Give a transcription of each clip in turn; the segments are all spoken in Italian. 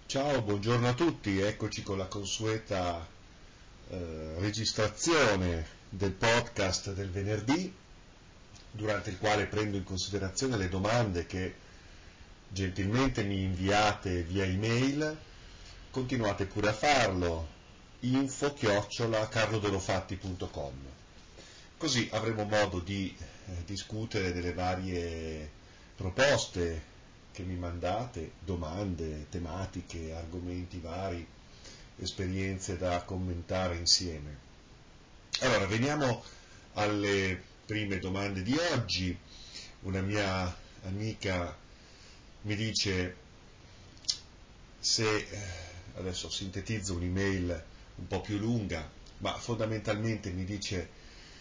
Ciao, buongiorno a tutti, eccoci con la consueta registrazione del podcast del venerdì, durante il quale prendo in considerazione le domande che gentilmente mi inviate via email. Continuate pure a farlo, info@carlodorofatti.com, così avremo modo di discutere delle varie proposte che mi mandate, domande, tematiche, argomenti vari, esperienze da commentare insieme. Allora, veniamo alle prime domande di oggi. Una mia amica mi dice se, adesso sintetizzo un'email un po' più lunga, ma fondamentalmente mi dice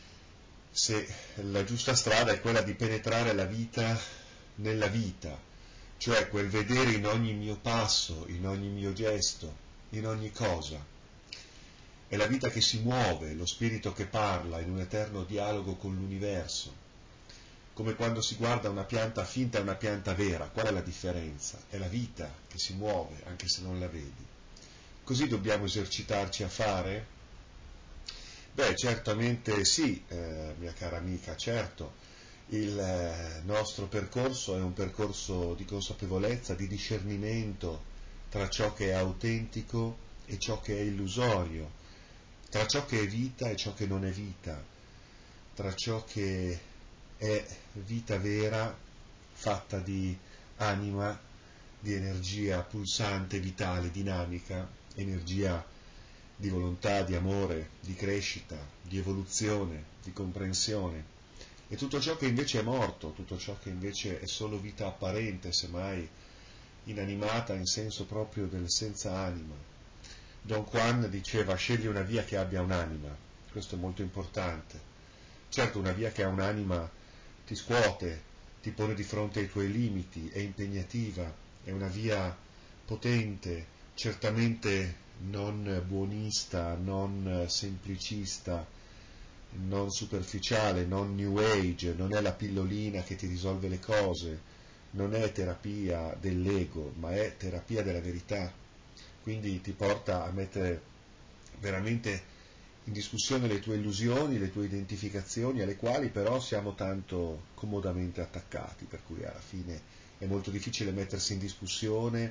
se la giusta strada è quella di penetrare la vita nella vita, cioè quel vedere in ogni mio passo, in ogni mio gesto, in ogni cosa. È la vita che si muove, lo spirito che parla in un eterno dialogo con l'universo, come quando si guarda una pianta finta e una pianta vera. Qual è la differenza? È la vita che si muove, anche se non la vedi. Così dobbiamo esercitarci a fare? Beh, certamente sì, mia cara amica, certo. Il nostro percorso è un percorso di consapevolezza, di discernimento tra ciò che è autentico e ciò che è illusorio, tra ciò che è vita e ciò che non è vita, tra ciò che è vita vera, fatta di anima, di energia pulsante, vitale, dinamica, energia di volontà, di amore, di crescita, di evoluzione, di comprensione, e tutto ciò che invece è morto, tutto ciò che invece è solo vita apparente, semmai inanimata in senso proprio del senza anima. Don Juan diceva: scegli una via che abbia un'anima. Questo è molto importante. Certo, una via che ha un'anima ti scuote, ti pone di fronte ai tuoi limiti, è impegnativa, è una via potente, certamente non buonista, non semplicista, non superficiale, non new age, non è la pillolina che ti risolve le cose, non è terapia dell'ego, ma è terapia della verità. Quindi ti porta a mettere veramente in discussione le tue illusioni, le tue identificazioni, alle quali però siamo tanto comodamente attaccati, per cui alla fine è molto difficile mettersi in discussione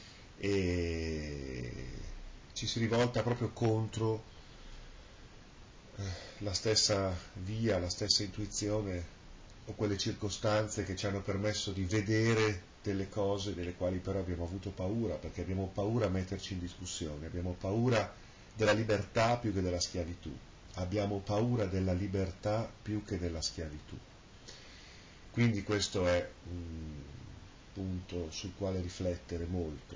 e ci si rivolta proprio contro la stessa via, la stessa intuizione o quelle circostanze che ci hanno permesso di vedere delle cose delle quali però abbiamo avuto paura, perché abbiamo paura a metterci in discussione, abbiamo paura della libertà più che della schiavitù, abbiamo paura della libertà più che della schiavitù. Quindi questo è un punto sul quale riflettere molto.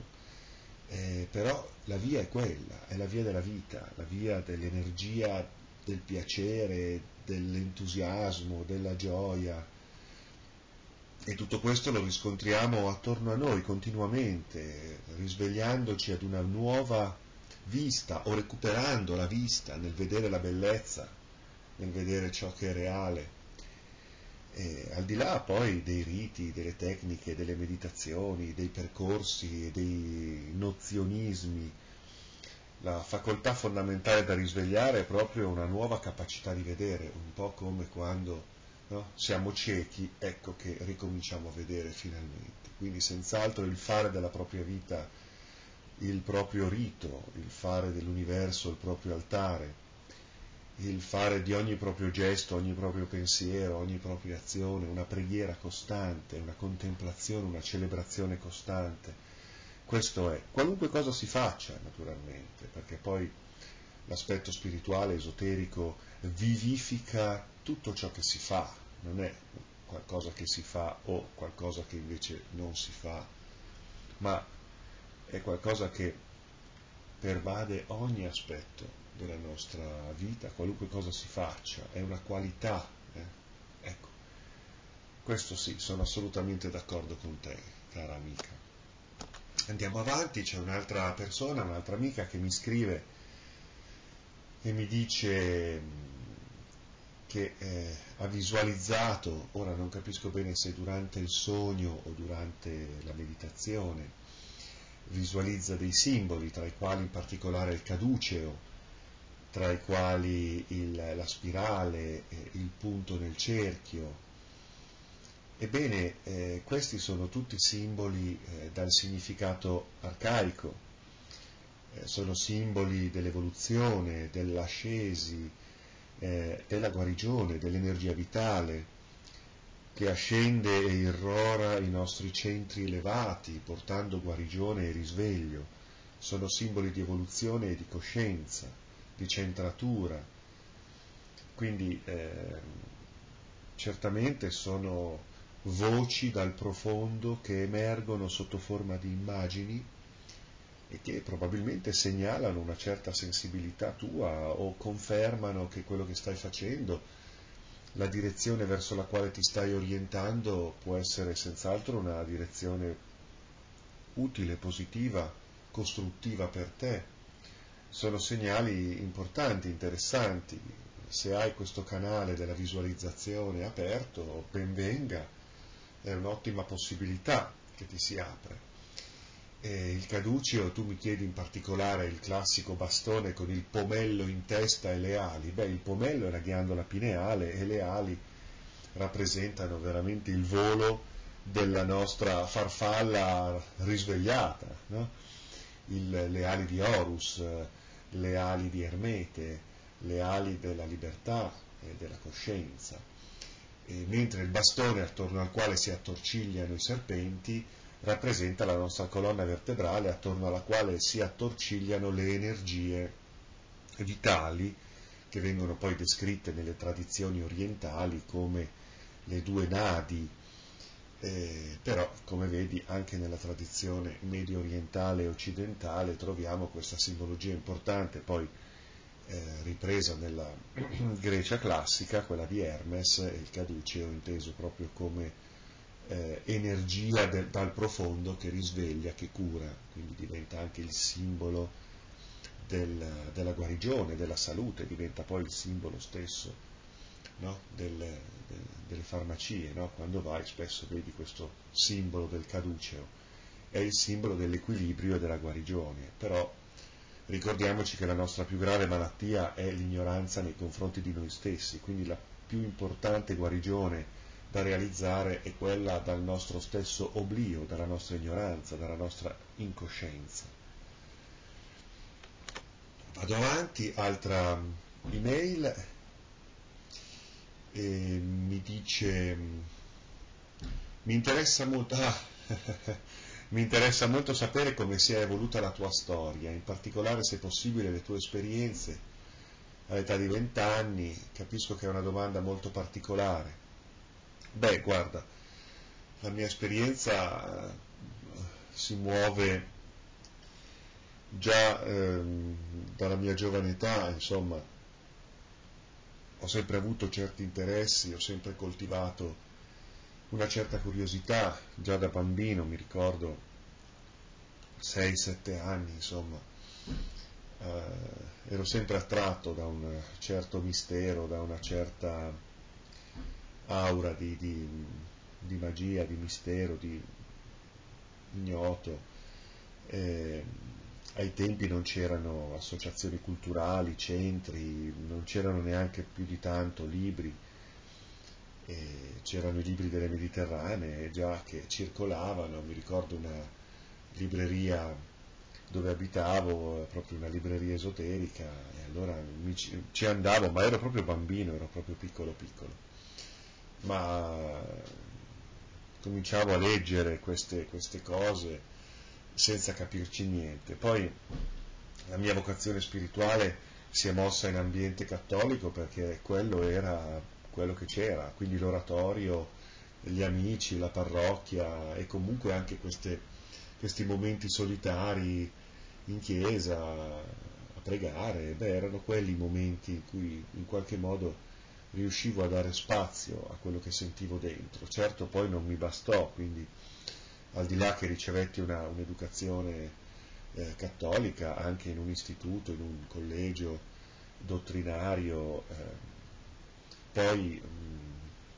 Però la via è quella, è la via della vita, la via dell'energia, del piacere, dell'entusiasmo, della gioia, e tutto questo lo riscontriamo attorno a noi continuamente, risvegliandoci ad una nuova vista o recuperando la vista nel vedere la bellezza, nel vedere ciò che è reale. E al di là poi dei riti, delle tecniche, delle meditazioni, dei percorsi e dei nozionismi, la facoltà fondamentale da risvegliare è proprio una nuova capacità di vedere, un po' come quando, no, siamo ciechi, ecco che ricominciamo a vedere finalmente. Quindi senz'altro il fare della propria vita il proprio rito, il fare dell'universo il proprio altare, il fare di ogni proprio gesto, ogni proprio pensiero, ogni propria azione una preghiera costante, una contemplazione, una celebrazione costante. Questo è, qualunque cosa si faccia naturalmente, perché poi l'aspetto spirituale, esoterico, vivifica tutto ciò che si fa, non è qualcosa che si fa o qualcosa che invece non si fa, ma è qualcosa che pervade ogni aspetto della nostra vita, qualunque cosa si faccia, è una qualità. Ecco, questo sì, sono assolutamente d'accordo con te, cara amica. Andiamo avanti, c'è un'altra persona, un'altra amica che mi scrive e mi dice che ha visualizzato, ora non capisco bene se durante il sogno o durante la meditazione, visualizza dei simboli, tra i quali in particolare il caduceo, tra i quali la spirale, il punto nel cerchio. Ebbene, questi sono tutti simboli dal significato arcaico, sono simboli dell'evoluzione, dell'ascesi, della guarigione, dell'energia vitale, che ascende e irrora i nostri centri elevati, portando guarigione e risveglio. Sono simboli di evoluzione e di coscienza, di centratura. Quindi certamente sono voci dal profondo che emergono sotto forma di immagini e che probabilmente segnalano una certa sensibilità tua o confermano che quello che stai facendo, la direzione verso la quale ti stai orientando, può essere senz'altro una direzione utile, positiva, costruttiva per te. Sono segnali importanti, interessanti. Se hai questo canale della visualizzazione aperto, ben venga, è un'ottima possibilità che ti si apre. E il caduceo, tu mi chiedi in particolare il classico bastone con il pomello in testa e le ali. Beh, il pomello è la ghiandola pineale e le ali rappresentano veramente il volo della nostra farfalla risvegliata, no? Le ali di Horus, le ali di Ermete, le ali della libertà e della coscienza. E mentre il bastone attorno al quale si attorcigliano i serpenti rappresenta la nostra colonna vertebrale attorno alla quale si attorcigliano le energie vitali che vengono poi descritte nelle tradizioni orientali come le due nadi, però come vedi anche nella tradizione medio orientale e occidentale troviamo questa simbologia importante, poi ripresa nella Grecia classica, quella di Hermes, il caduceo inteso proprio come energia dal profondo che risveglia, che cura, quindi diventa anche il simbolo della guarigione, della salute, diventa poi il simbolo stesso, no? Delle farmacie, no? Quando vai spesso vedi questo simbolo del caduceo, è il simbolo dell'equilibrio e della guarigione, però ricordiamoci che la nostra più grave malattia è l'ignoranza nei confronti di noi stessi, quindi la più importante guarigione da realizzare è quella dal nostro stesso oblio, dalla nostra ignoranza, dalla nostra incoscienza. Vado avanti, altra email, e mi dice, mi interessa molto, mi interessa molto sapere come si è evoluta la tua storia, in particolare se possibile le tue esperienze all'età di 20 anni, capisco che è una domanda molto particolare. Beh, guarda, la mia esperienza si muove già dalla mia giovane età, insomma, ho sempre avuto certi interessi, ho sempre coltivato una certa curiosità, già da bambino, mi ricordo 6-7 anni, insomma, ero sempre attratto da un certo mistero, da una certa aura di magia, di mistero, di ignoto. Ai tempi non c'erano associazioni culturali, centri, non c'erano neanche più di tanto libri, c'erano i libri delle Mediterranee già che circolavano. Mi ricordo una libreria dove abitavo, proprio una libreria esoterica, e allora ci andavo, ma ero proprio bambino, ero proprio piccolo piccolo, ma cominciavo a leggere queste cose senza capirci niente. Poi la mia vocazione spirituale si è mossa in ambiente cattolico perché quello era quello che c'era, quindi l'oratorio, gli amici, la parrocchia e comunque anche questi momenti solitari in chiesa a pregare, beh, erano quelli i momenti in cui in qualche modo riuscivo a dare spazio a quello che sentivo dentro. Certo poi non mi bastò, quindi al di là che ricevetti un'educazione cattolica anche in un istituto, in un collegio dottrinario, poi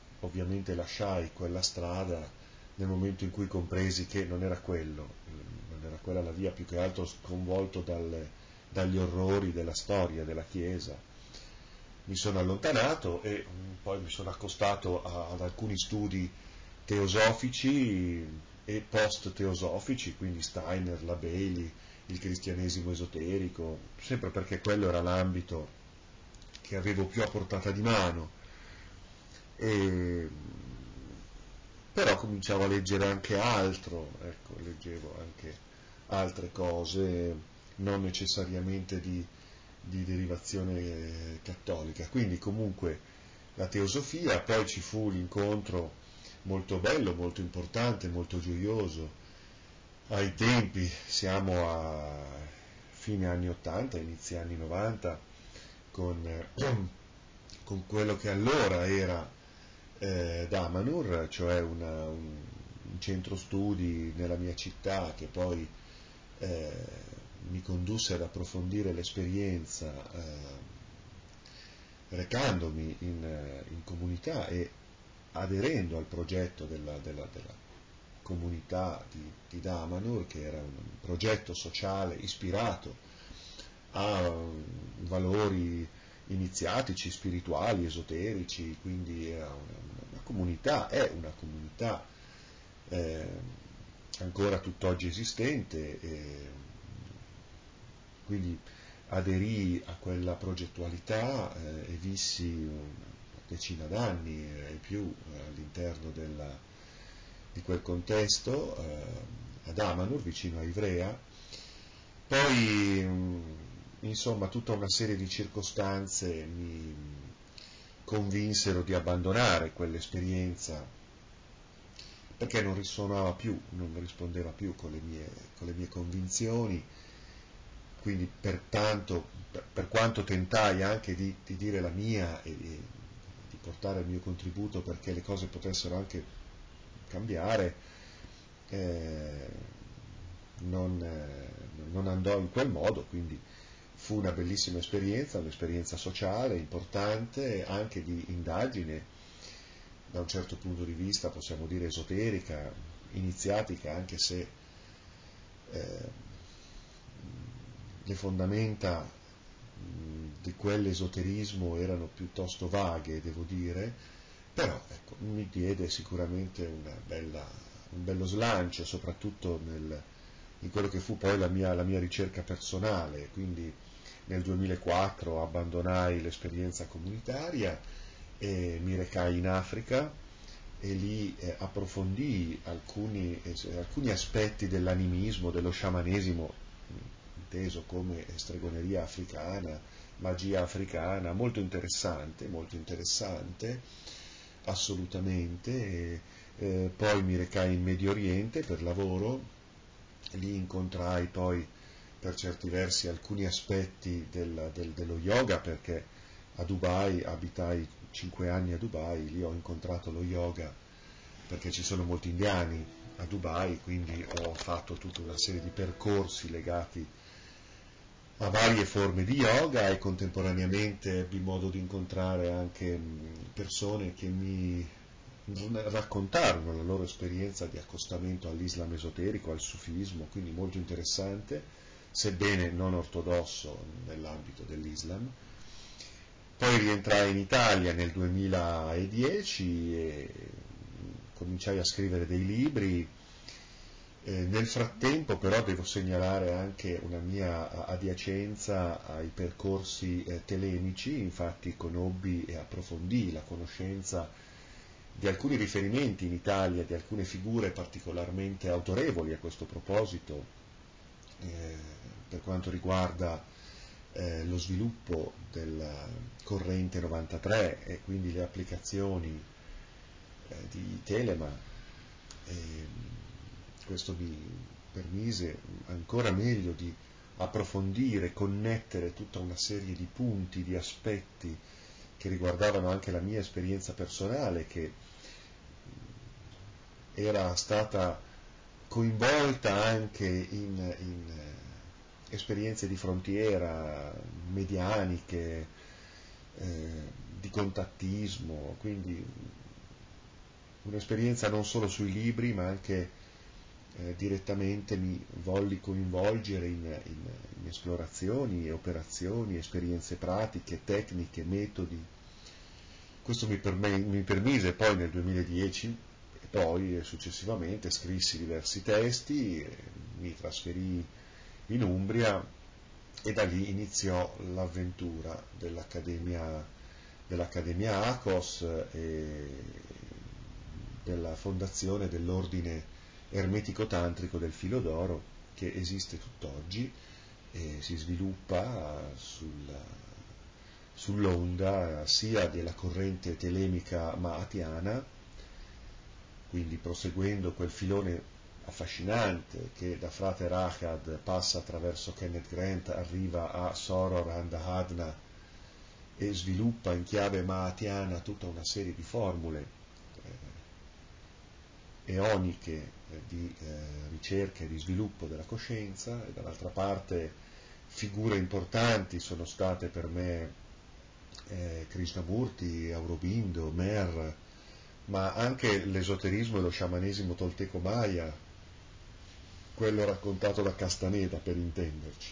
ovviamente lasciai quella strada nel momento in cui compresi che non era quello, non era quella la via, più che altro sconvolto dagli orrori della storia della Chiesa. Mi sono allontanato e poi mi sono accostato ad alcuni studi teosofici e post-teosofici, quindi Steiner, la Bailey, il cristianesimo esoterico, sempre perché quello era l'ambito che avevo più a portata di mano. E, però cominciavo a leggere anche altro, ecco, leggevo anche altre cose, non necessariamente di derivazione cattolica. Quindi comunque la teosofia, poi ci fu l'incontro molto bello, molto importante, molto gioioso. Ai tempi, siamo a fine anni 80, inizi anni 90, con quello che allora era Damanhur, cioè un centro studi nella mia città che poi mi condusse ad approfondire l'esperienza recandomi in comunità e aderendo al progetto della comunità di Damanhur, che era un progetto sociale ispirato a valori iniziatici, spirituali, esoterici, quindi era una comunità, è una comunità eh, ancora tutt'oggi esistente, quindi aderì a quella progettualità e vissi una decina d'anni e più all'interno di quel contesto ad Amanur, vicino a Ivrea. Poi insomma tutta una serie di circostanze mi convinsero di abbandonare quell'esperienza perché non risuonava più, non rispondeva più con le mie convinzioni. Quindi pertanto, per quanto tentai anche di dire la mia e di portare il mio contributo perché le cose potessero anche cambiare, eh, non andò in quel modo, quindi fu una bellissima esperienza, un'esperienza sociale importante, anche di indagine, da un certo punto di vista possiamo dire esoterica, iniziatica, anche se le fondamenta di quell'esoterismo erano piuttosto vaghe, devo dire, però ecco, mi diede sicuramente un bello slancio, soprattutto in quello che fu poi la mia ricerca personale. Quindi nel 2004 abbandonai l'esperienza comunitaria e mi recai in Africa e lì approfondii alcuni aspetti dell'animismo, dello sciamanesimo, inteso come stregoneria africana, magia africana, molto interessante, assolutamente. Poi mi recai in Medio Oriente per lavoro, lì incontrai poi per certi versi alcuni aspetti dello yoga, perché a Dubai abitai 5 anni a Dubai, lì ho incontrato lo yoga perché ci sono molti indiani a Dubai, quindi ho fatto tutta una serie di percorsi legati a varie forme di yoga e contemporaneamente ebbi modo di incontrare anche persone che mi raccontarono la loro esperienza di accostamento all'Islam esoterico, al sufismo, quindi molto interessante, sebbene non ortodosso nell'ambito dell'Islam. Poi rientrai in Italia nel 2010 e cominciai a scrivere dei libri. Nel frattempo però devo segnalare anche una mia adiacenza ai percorsi telemici, infatti conobbi e approfondii la conoscenza di alcuni riferimenti in Italia, di alcune figure particolarmente autorevoli a questo proposito, per quanto riguarda lo sviluppo del corrente 93 e quindi le applicazioni di Telema. Questo mi permise ancora meglio di approfondire, connettere tutta una serie di punti, di aspetti che riguardavano anche la mia esperienza personale, che era stata coinvolta anche in esperienze di frontiera, medianiche, di contattismo, quindi un'esperienza non solo sui libri ma anche direttamente mi volli coinvolgere in esplorazioni, operazioni, esperienze pratiche, tecniche, metodi. Questo mi permise poi nel 2010 e poi successivamente scrissi diversi testi, mi trasferii in Umbria e da lì iniziò l'avventura dell'Accademia ACOS e della fondazione dell'ordine ermetico tantrico del Filo d'Oro, che esiste tutt'oggi e si sviluppa sull'onda sia della corrente telemica mahayana, quindi proseguendo quel filone affascinante che da frate Rahad passa attraverso Kenneth Grant, arriva a Soror Andahadna e sviluppa in chiave tutta una serie di formule eoniche di ricerca e di sviluppo della coscienza, e dall'altra parte figure importanti sono state per me Krishnamurti, Aurobindo, Mer, ma anche l'esoterismo e lo sciamanesimo tolteco maya, quello raccontato da Castaneda per intenderci.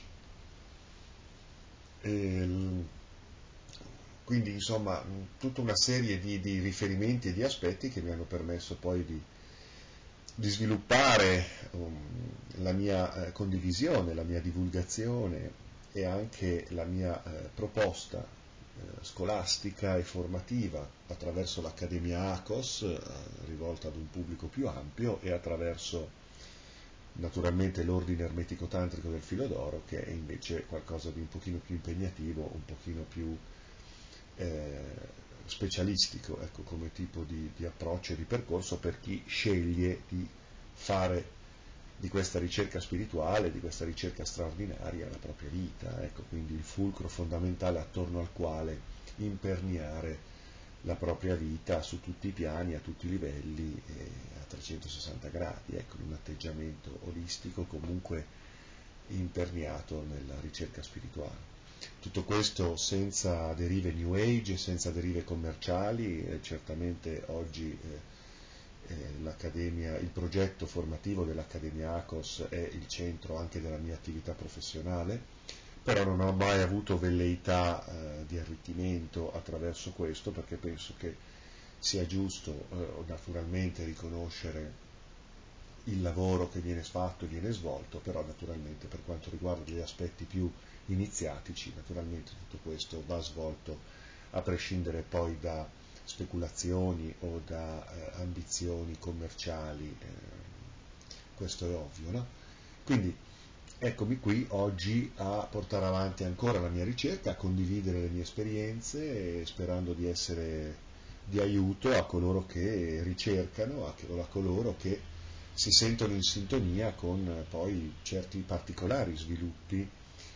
Quindi insomma tutta una serie di riferimenti e di aspetti che mi hanno permesso poi di sviluppare la mia condivisione, la mia divulgazione e anche la mia proposta scolastica e formativa attraverso l'Accademia ACOS, rivolta ad un pubblico più ampio, e attraverso naturalmente l'ordine ermetico tantrico del Filo d'Oro, che è invece qualcosa di un pochino più impegnativo, un pochino più specialistico, ecco, come tipo di approccio e di percorso per chi sceglie di fare di questa ricerca spirituale, di questa ricerca straordinaria la propria vita, ecco, quindi il fulcro fondamentale attorno al quale imperniare la propria vita su tutti i piani, a tutti i livelli, a 360 gradi, ecco, un atteggiamento olistico comunque imperniato nella ricerca spirituale. Tutto questo senza derive New Age, senza derive commerciali, certamente oggi il progetto formativo dell'Accademia ACOS è il centro anche della mia attività professionale, però non ho mai avuto velleità di arricchimento attraverso questo, perché penso che sia giusto naturalmente riconoscere il lavoro che viene fatto e viene svolto, però naturalmente per quanto riguarda gli aspetti più iniziatici, naturalmente tutto questo va svolto a prescindere poi da speculazioni o da ambizioni commerciali, questo è ovvio, no? Quindi eccomi qui oggi a portare avanti ancora la mia ricerca, a condividere le mie esperienze, sperando di essere di aiuto a coloro che ricercano, a coloro che si sentono in sintonia con poi certi particolari sviluppi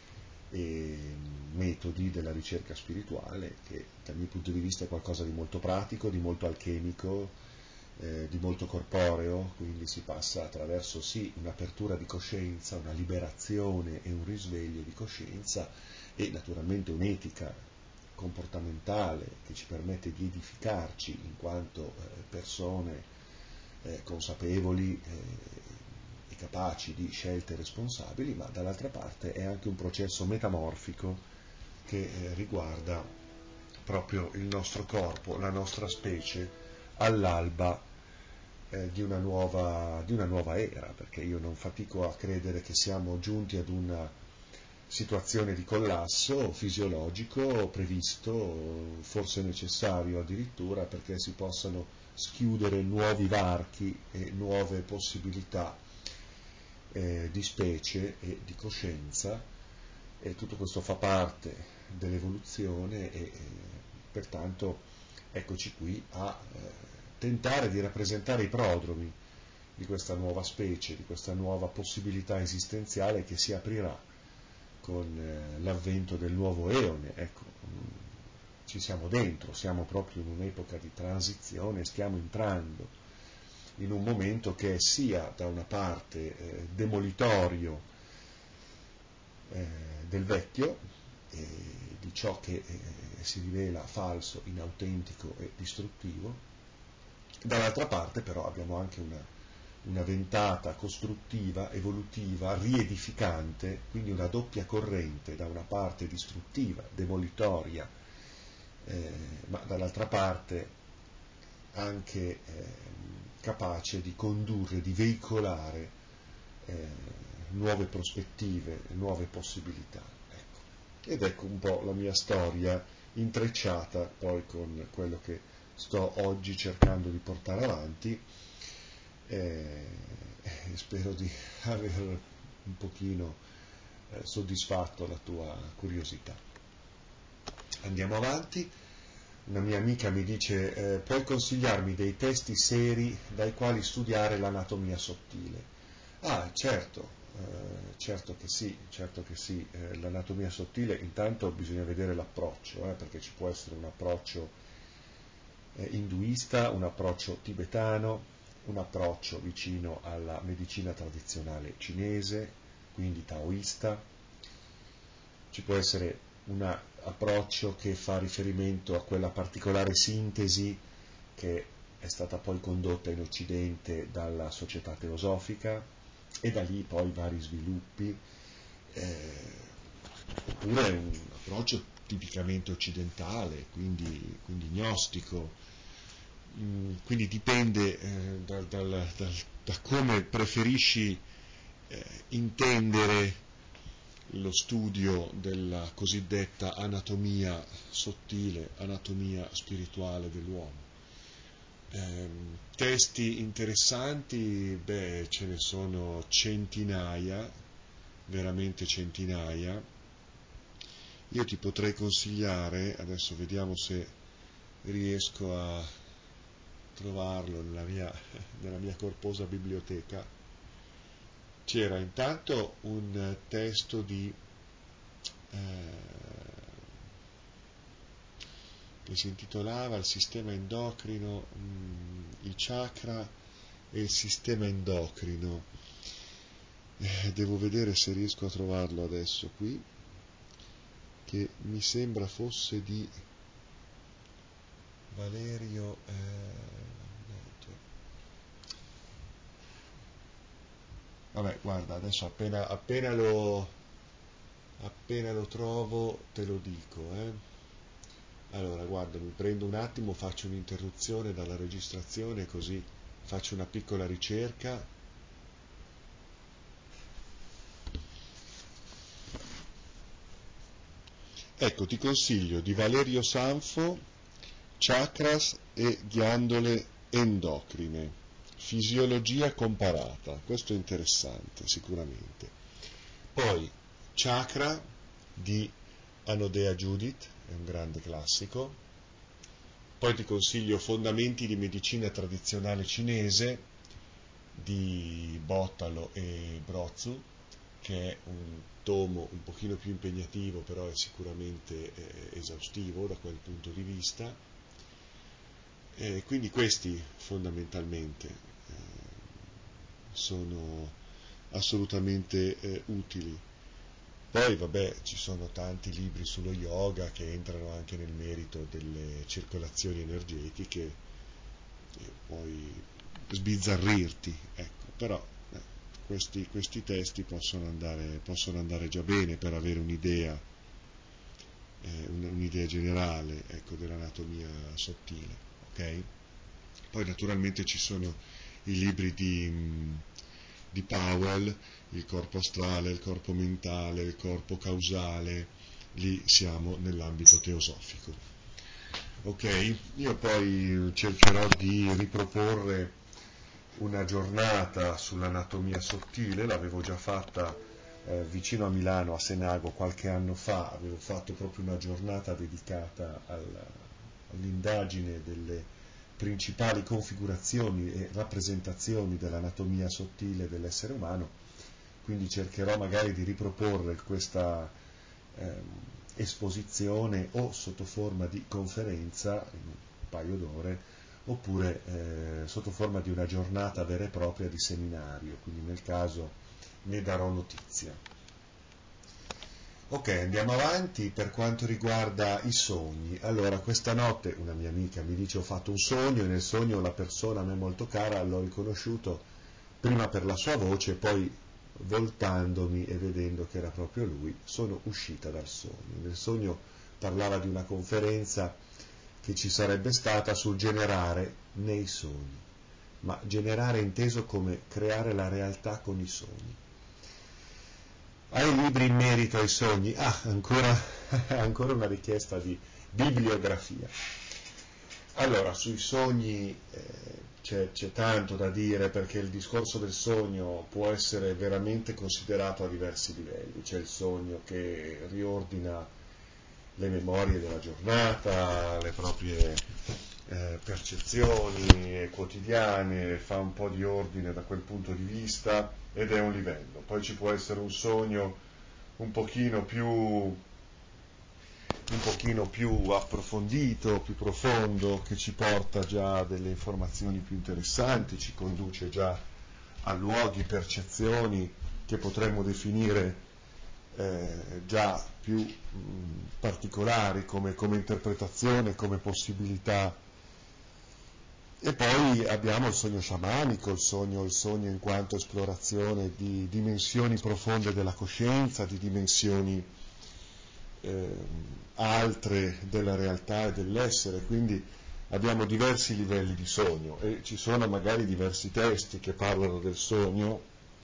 e metodi della ricerca spirituale, che dal mio punto di vista è qualcosa di molto pratico, di molto alchemico, di molto corporeo, quindi si passa attraverso sì un'apertura di coscienza, una liberazione e un risveglio di coscienza e naturalmente un'etica comportamentale che ci permette di edificarci in quanto persone consapevoli e capaci di scelte responsabili, ma dall'altra parte è anche un processo metamorfico che riguarda proprio il nostro corpo, la nostra specie all'alba di una nuova era, perché io non fatico a credere che siamo giunti ad una situazione di collasso fisiologico previsto, forse necessario addirittura, perché si possano schiudere nuovi varchi e nuove possibilità di specie e di coscienza, e tutto questo fa parte dell'evoluzione e pertanto eccoci qui a tentare di rappresentare i prodromi di questa nuova specie, di questa nuova possibilità esistenziale che si aprirà con l'avvento del nuovo eone. Ecco, ci siamo dentro, siamo proprio in un'epoca di transizione, stiamo entrando in un momento che è sia da una parte demolitorio del vecchio, di ciò che si rivela falso, inautentico e distruttivo, dall'altra parte però abbiamo anche una ventata costruttiva, evolutiva, riedificante, quindi una doppia corrente, da una parte distruttiva, demolitoria, ma dall'altra parte anche capace di condurre, di veicolare nuove prospettive, nuove possibilità. Ecco. Ed ecco un po' la mia storia intrecciata poi con quello che sto oggi cercando di portare avanti. Spero di aver un pochino soddisfatto la tua curiosità. Andiamo avanti. Una mia amica mi dice: puoi consigliarmi dei testi seri dai quali studiare l'anatomia sottile? Ah, certo, certo che sì, certo che sì. L'anatomia sottile, intanto bisogna vedere l'approccio, perché ci può essere un approccio induista, un approccio tibetano, un approccio vicino alla medicina tradizionale cinese, quindi taoista. Ci può essere un approccio che fa riferimento a quella particolare sintesi che è stata poi condotta in Occidente dalla società teosofica, e da lì poi vari sviluppi, oppure un approccio tipicamente occidentale, quindi gnostico. Quindi dipende da come preferisci intendere lo studio della cosiddetta anatomia sottile, anatomia spirituale dell'uomo. Testi interessanti, ce ne sono centinaia, veramente centinaia. Io ti potrei consigliare, adesso vediamo se riesco a trovarlo nella mia corposa biblioteca. C'era intanto un testo che si intitolava Il sistema endocrino, i chakra e il sistema endocrino. Devo vedere se riesco a trovarlo adesso qui, che mi sembra fosse di Valerio vabbè, guarda, adesso appena lo trovo te lo dico. Allora, guarda, mi prendo un attimo, faccio un'interruzione dalla registrazione, così faccio una piccola ricerca. Ecco, ti consiglio di Valerio Sanfo, Chakras e ghiandole endocrine, fisiologia comparata. Questo è interessante, sicuramente. Poi Chakra di Anodea Judith, è un grande classico. Poi ti consiglio Fondamenti di medicina tradizionale cinese di Bottalo e Brozu, che è un tomo un pochino più impegnativo, però è sicuramente esaustivo da quel punto di vista. Quindi questi fondamentalmente sono assolutamente utili. Poi vabbè, ci sono tanti libri sullo yoga che entrano anche nel merito delle circolazioni energetiche, e puoi sbizzarrirti, ecco, però questi testi possono andare già bene per avere un'idea generale, ecco, dell'anatomia sottile, ok? Poi naturalmente ci sono i libri di Powell, il corpo astrale, il corpo mentale, il corpo causale. Lì siamo nell'ambito teosofico. Ok, io poi cercherò di riproporre una giornata sull'anatomia sottile, l'avevo già fatta vicino a Milano, a Senago, qualche anno fa. Avevo fatto proprio una giornata dedicata all'indagine delle principali configurazioni e rappresentazioni dell'anatomia sottile dell'essere umano, quindi cercherò magari di riproporre questa esposizione o sotto forma di conferenza in un paio d'ore, oppure sotto forma di una giornata vera e propria di seminario, quindi nel caso ne darò notizia. Ok, andiamo avanti. Per quanto riguarda i sogni, allora questa notte una mia amica mi dice: ho fatto un sogno e nel sogno la persona a me molto cara l'ho riconosciuto prima per la sua voce, poi voltandomi e vedendo che era proprio lui, sono uscita dal sogno. Nel sogno parlava di una conferenza che ci sarebbe stata sul generare nei sogni, ma generare inteso come creare la realtà con i sogni. Hai libri in merito ai sogni? Ancora una richiesta di bibliografia. Allora, sui sogni c'è tanto da dire, perché il discorso del sogno può essere veramente considerato a diversi livelli. C'è il sogno che riordina le memorie della giornata, le proprie percezioni quotidiane, fa un po' di ordine da quel punto di vista, ed è un livello. Poi ci può essere un sogno un pochino più approfondito, più profondo, che ci porta già a delle informazioni più interessanti, ci conduce già a luoghi, percezioni che potremmo definire già più particolari come interpretazione, come possibilità. E poi abbiamo il sogno sciamanico, il sogno in quanto esplorazione di dimensioni profonde della coscienza, di dimensioni altre della realtà e dell'essere. Quindi abbiamo diversi livelli di sogno e ci sono magari diversi testi che parlano del sogno,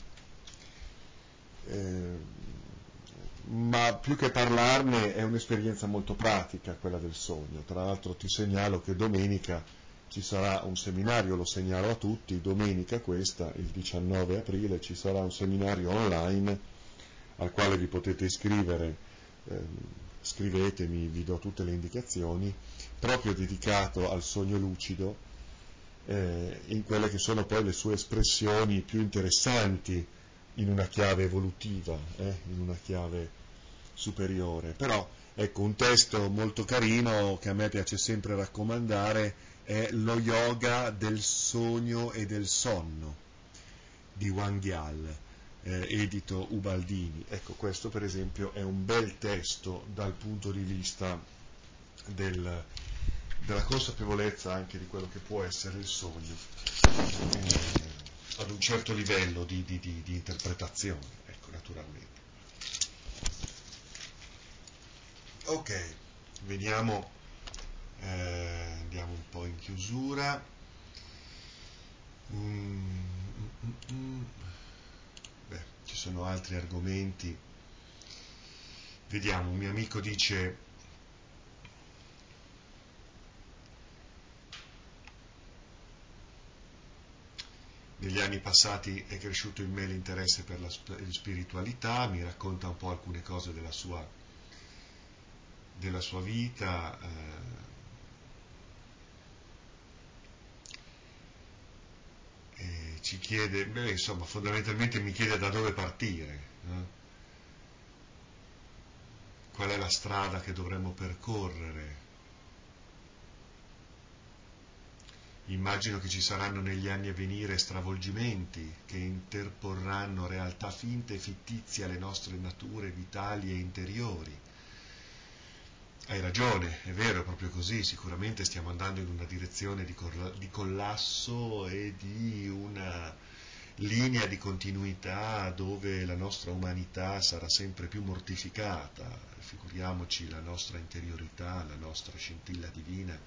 ma più che parlarne è un'esperienza molto pratica quella del sogno. Tra l'altro ti segnalo che domenica ci sarà un seminario, lo segnalo a tutti, domenica questa, il 19 aprile, ci sarà un seminario online al quale vi potete iscrivere, scrivetemi, vi do tutte le indicazioni, proprio dedicato al sogno lucido, in quelle che sono poi le sue espressioni più interessanti, in una chiave evolutiva, in una chiave superiore. Però ecco, un testo molto carino che a me piace sempre raccomandare è Lo yoga del sogno e del sonno di Wang Gyal, edito Ubaldini. Ecco, questo per esempio è un bel testo dal punto di vista della consapevolezza anche di quello che può essere il sogno, ad un certo livello di interpretazione, ecco, naturalmente. Ok, vediamo, andiamo un po' in chiusura. Beh, ci sono altri argomenti. Vediamo, un mio amico dice: negli anni passati è cresciuto in me l'interesse per la spiritualità, mi racconta un po' alcune cose della sua vita, e ci chiede, insomma, fondamentalmente mi chiede da dove partire, qual è la strada che dovremmo percorrere. Immagino che ci saranno negli anni a venire stravolgimenti che interporranno realtà finte e fittizie alle nostre nature vitali e interiori. Hai ragione, è vero, è proprio così, sicuramente stiamo andando in una direzione di collasso e di una linea di continuità dove la nostra umanità sarà sempre più mortificata, figuriamoci la nostra interiorità, la nostra scintilla divina.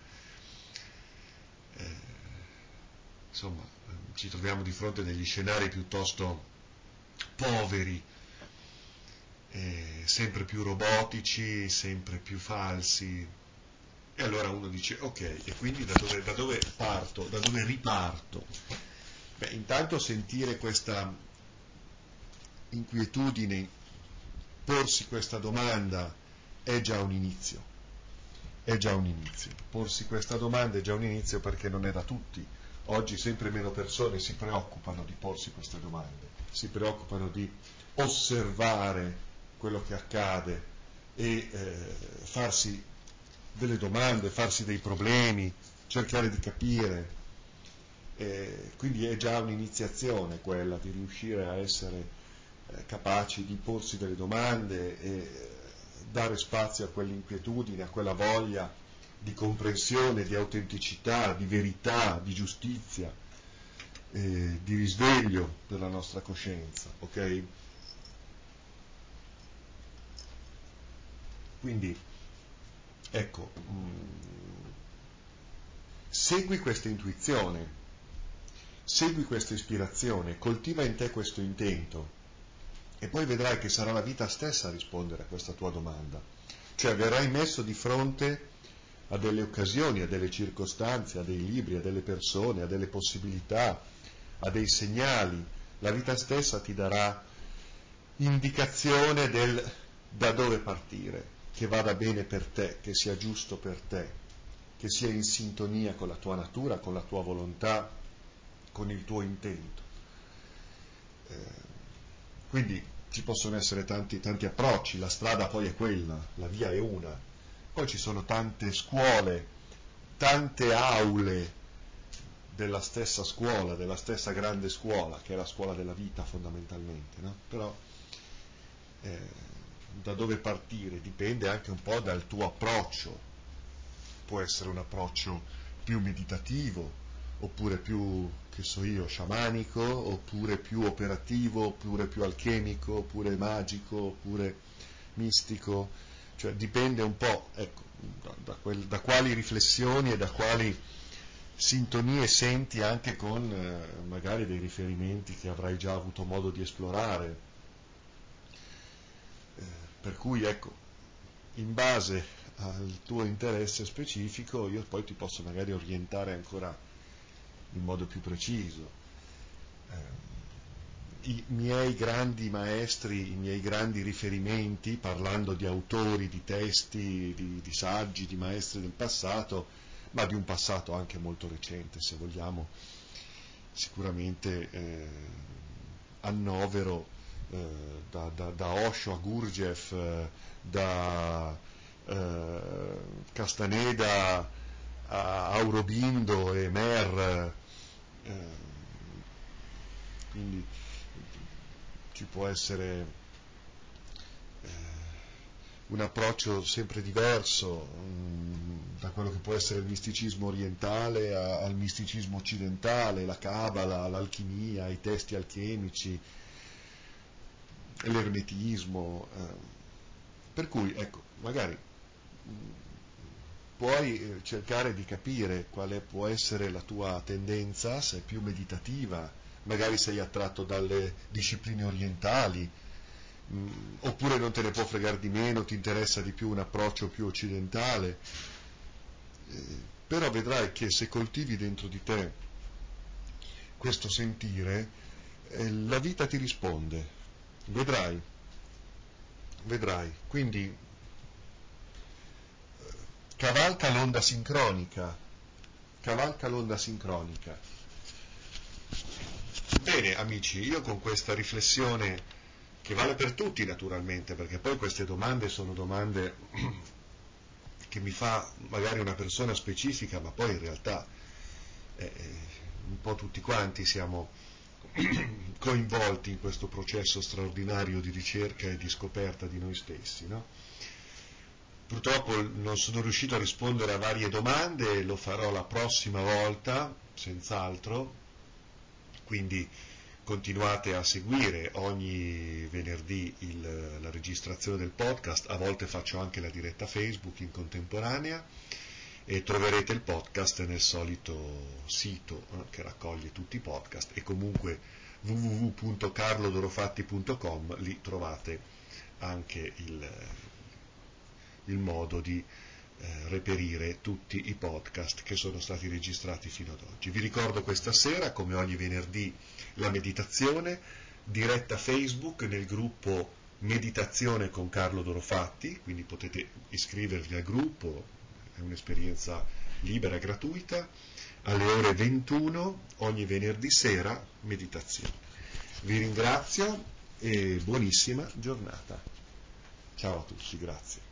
Insomma, ci troviamo di fronte a degli scenari piuttosto poveri, sempre più robotici, sempre più falsi. E allora uno dice: ok, e quindi da dove parto, da dove riparto? Beh, intanto sentire questa inquietudine, porsi questa domanda è già un inizio. Porsi questa domanda è già un inizio, perché non è da tutti. Oggi sempre meno persone si preoccupano di porsi queste domande, si preoccupano di osservare quello che accade e farsi delle domande, farsi dei problemi, cercare di capire. Quindi è già un'iniziazione quella di riuscire a essere capaci di porsi delle domande e dare spazio a quell'inquietudine, a quella voglia di comprensione, di autenticità, di verità, di giustizia. di risveglio della nostra coscienza, ok? Quindi, ecco, segui questa intuizione, segui questa ispirazione, coltiva in te questo intento e poi vedrai che sarà la vita stessa a rispondere a questa tua domanda. Cioè verrai messo di fronte a delle occasioni, a delle circostanze, a dei libri, a delle persone, a delle possibilità, a dei segnali. La vita stessa ti darà indicazione da dove partire, che vada bene per te, che sia giusto per te, che sia in sintonia con la tua natura, con la tua volontà, con il tuo intento. Quindi ci possono essere tanti approcci, la strada poi è quella, la via è una. Poi ci sono tante scuole, tante aule della stessa scuola, della stessa grande scuola, che è la scuola della vita fondamentalmente, no? Però da dove partire dipende anche un po' dal tuo approccio. Può essere un approccio più meditativo, oppure più, che so io, sciamanico, oppure più operativo, oppure più alchemico, oppure magico, oppure mistico, cioè dipende un po', ecco, da quali riflessioni e da quali sintonie senti anche con magari dei riferimenti che avrai già avuto modo di esplorare. Per cui ecco, in base al tuo interesse specifico io poi ti posso magari orientare ancora in modo più preciso. I miei grandi maestri, i miei grandi riferimenti, parlando di autori, di testi, di saggi, di maestri del passato, ma di un passato anche molto recente, se vogliamo, sicuramente annovero da Osho a Gurdjieff, da Castaneda a Aurobindo e Mer, quindi ci può essere un approccio sempre diverso da quello che può essere il misticismo orientale al misticismo occidentale, la Kabbalah, l'alchimia, i testi alchemici, l'ermetismo, per cui ecco, magari puoi cercare di capire quale può essere la tua tendenza, se è più meditativa, magari sei attratto dalle discipline orientali, oppure non te ne può fregare di meno, ti interessa di più un approccio più occidentale, però vedrai che se coltivi dentro di te questo sentire, la vita ti risponde, vedrai, quindi cavalca l'onda sincronica. Bene amici, io con questa riflessione, che vale per tutti naturalmente, perché poi queste domande sono domande che mi fa magari una persona specifica, ma poi in realtà un po' tutti quanti siamo coinvolti in questo processo straordinario di ricerca e di scoperta di noi stessi, no? Purtroppo non sono riuscito a rispondere a varie domande, lo farò la prossima volta, senz'altro, quindi continuate a seguire ogni venerdì la registrazione del podcast, a volte faccio anche la diretta Facebook in contemporanea e troverete il podcast nel solito sito che raccoglie tutti i podcast e comunque www.carlodorofatti.com, lì trovate anche il modo di reperire tutti i podcast che sono stati registrati fino ad oggi. Vi ricordo questa sera, come ogni venerdì, la meditazione, diretta Facebook nel gruppo Meditazione con Carlo Dorofatti, quindi potete iscrivervi al gruppo, è un'esperienza libera e gratuita, alle ore 21 ogni venerdì sera meditazione. Vi ringrazio e buonissima giornata. Ciao a tutti, grazie.